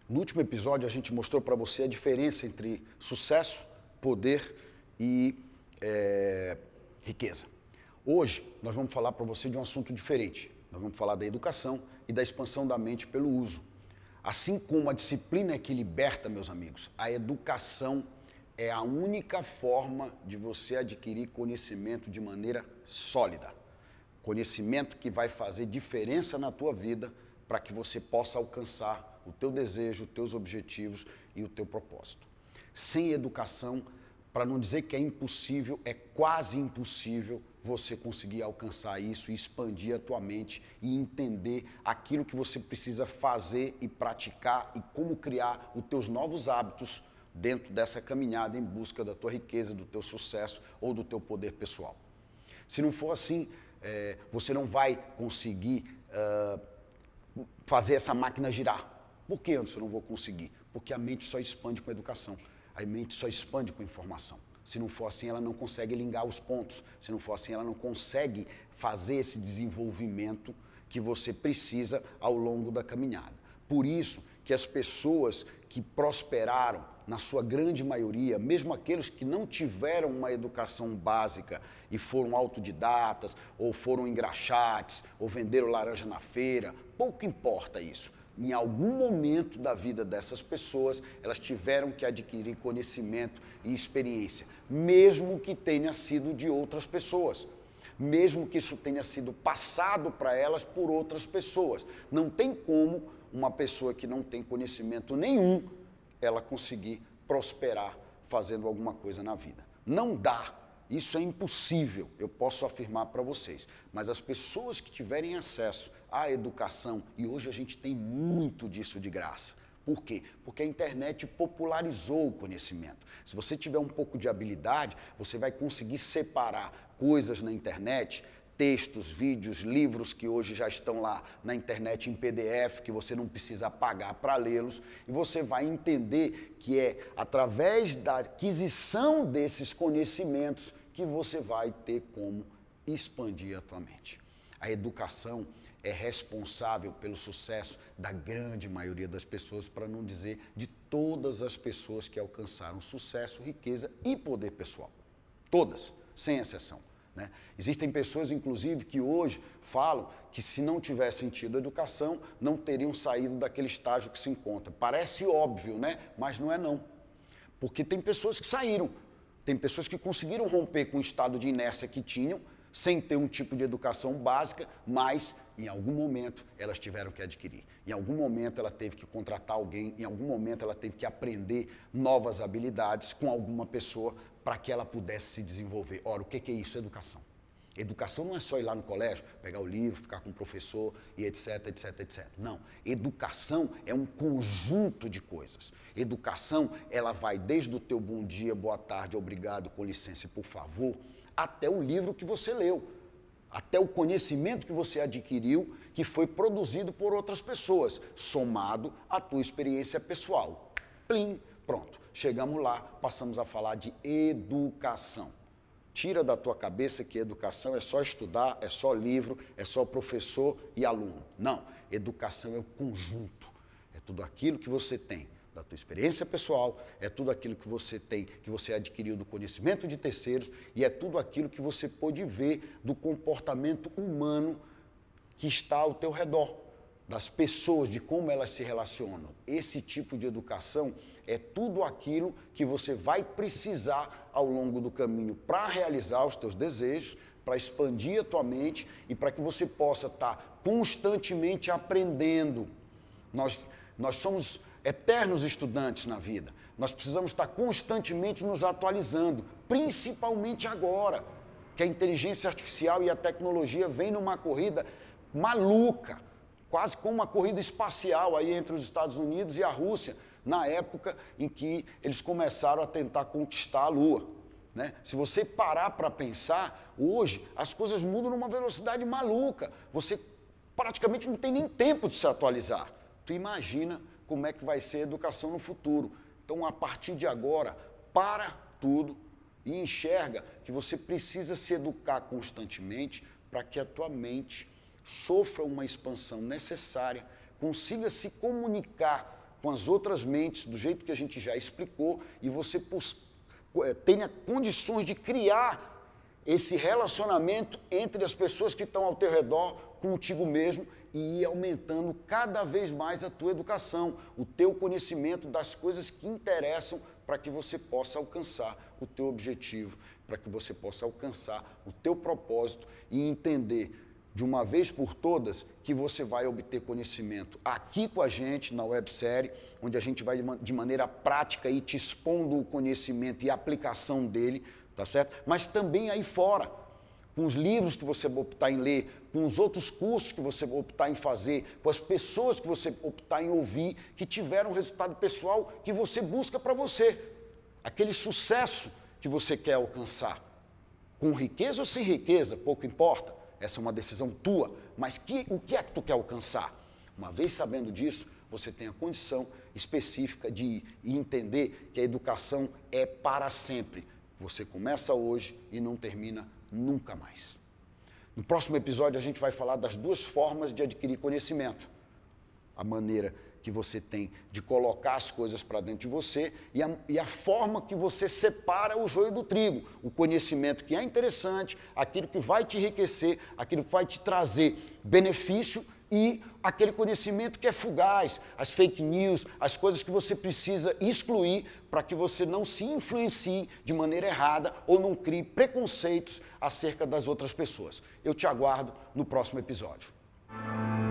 No último episódio, a gente mostrou para você a diferença entre sucesso, poder e riqueza. Hoje, nós vamos falar para você de um assunto diferente. Nós vamos falar da educação e da expansão da mente pelo uso. Assim como a disciplina é que liberta, meus amigos, a educação é a única forma de você adquirir conhecimento de maneira sólida. Conhecimento que vai fazer diferença na tua vida para que você possa alcançar o teu desejo, os teus objetivos e o teu propósito. Sem educação, para não dizer que é impossível, é quase impossível você conseguir alcançar isso e expandir a tua mente e entender aquilo que você precisa fazer e praticar e como criar os teus novos hábitos dentro dessa caminhada em busca da tua riqueza, do teu sucesso ou do teu poder pessoal. Se não for assim, você não vai conseguir fazer essa máquina girar. Por que, Anderson, eu não vou conseguir? Porque a mente só expande com educação. A mente só expande com informação. Se não for assim, ela não consegue ligar os pontos. Se não for assim, ela não consegue fazer esse desenvolvimento que você precisa ao longo da caminhada. Por isso que as pessoas que prosperaram, na sua grande maioria, mesmo aqueles que não tiveram uma educação básica e foram autodidatas, ou foram engraxates, ou venderam laranja na feira, pouco importa isso. Em algum momento da vida dessas pessoas, elas tiveram que adquirir conhecimento e experiência, mesmo que tenha sido de outras pessoas, mesmo que isso tenha sido passado para elas por outras pessoas. Não tem como uma pessoa que não tem conhecimento nenhum, ela conseguir prosperar fazendo alguma coisa na vida. Não dá. Isso é impossível, eu posso afirmar para vocês. Mas as pessoas que tiverem acesso à educação, e hoje a gente tem muito disso de graça. Por quê? Porque a internet popularizou o conhecimento. Se você tiver um pouco de habilidade, você vai conseguir separar coisas na internet, textos, vídeos, livros que hoje já estão lá na internet em PDF, que você não precisa pagar para lê-los, e você vai entender que é através da aquisição desses conhecimentos que você vai ter como expandir a tua mente. A educação é responsável pelo sucesso da grande maioria das pessoas, para não dizer de todas as pessoas que alcançaram sucesso, riqueza e poder pessoal. Todas, sem exceção. Né? Existem pessoas, inclusive, que hoje falam que se não tivessem tido educação, não teriam saído daquele estágio que se encontra. Parece óbvio, né? Mas não é não. Porque tem pessoas que saíram, tem pessoas que conseguiram romper com o estado de inércia que tinham, sem ter um tipo de educação básica, mas em algum momento elas tiveram que adquirir. Em algum momento ela teve que contratar alguém, em algum momento ela teve que aprender novas habilidades com alguma pessoa para que ela pudesse se desenvolver. Ora, o que é isso? Educação. Educação não é só ir lá no colégio, pegar o livro, ficar com o professor e etc, etc, etc. Não. Educação é um conjunto de coisas. Educação, ela vai desde o teu bom dia, boa tarde, obrigado, com licença e por favor, até o livro que você leu, até o conhecimento que você adquiriu, que foi produzido por outras pessoas, somado à tua experiência pessoal. Plim, pronto. Chegamos lá, passamos a falar de educação. Tira da tua cabeça que educação é só estudar, é só livro, é só professor e aluno. Não, educação é o conjunto, é tudo aquilo que você tem da tua experiência pessoal, é tudo aquilo que você tem, que você adquiriu do conhecimento de terceiros e é tudo aquilo que você pôde ver do comportamento humano que está ao teu redor, das pessoas, de como elas se relacionam. Esse tipo de educação é tudo aquilo que você vai precisar ao longo do caminho para realizar os teus desejos, para expandir a tua mente e para que você possa estar constantemente aprendendo. Nós somos eternos estudantes na vida. Nós precisamos estar constantemente nos atualizando, principalmente agora, que a inteligência artificial e a tecnologia vêm numa corrida maluca, quase como uma corrida espacial aí entre os Estados Unidos e a Rússia, na época em que eles começaram a tentar conquistar a Lua. Né? Se você parar para pensar, hoje as coisas mudam numa velocidade maluca. Você praticamente não tem nem tempo de se atualizar. Tu imagina como é que vai ser a educação no futuro. Então, a partir de agora, para tudo e enxerga que você precisa se educar constantemente para que a tua mente sofra uma expansão necessária, consiga se comunicar com as outras mentes, do jeito que a gente já explicou, e você tenha condições de criar esse relacionamento entre as pessoas que estão ao teu redor, contigo mesmo, e ir aumentando cada vez mais a tua educação, o teu conhecimento das coisas que interessam para que você possa alcançar o teu objetivo, para que você possa alcançar o teu propósito e entender de uma vez por todas que você vai obter conhecimento aqui com a gente na websérie, onde a gente vai de maneira prática ir te expondo o conhecimento e a aplicação dele, tá certo? Mas também aí fora, com os livros que você optar em ler, com os outros cursos que você optar em fazer, com as pessoas que você optar em ouvir, que tiveram um resultado pessoal que você busca para você. Aquele sucesso que você quer alcançar. Com riqueza ou sem riqueza, pouco importa. Essa é uma decisão tua. Mas o que é que tu quer alcançar? Uma vez sabendo disso, você tem a condição específica de ir e entender que a educação é para sempre. Você começa hoje e não termina nunca mais. No próximo episódio a gente vai falar das duas formas de adquirir conhecimento. A maneira que você tem de colocar as coisas para dentro de você e a forma que você separa o joio do trigo. O conhecimento que é interessante, aquilo que vai te enriquecer, aquilo que vai te trazer benefício e aquele conhecimento que é fugaz, as fake news, as coisas que você precisa excluir para que você não se influencie de maneira errada ou não crie preconceitos acerca das outras pessoas. Eu te aguardo no próximo episódio.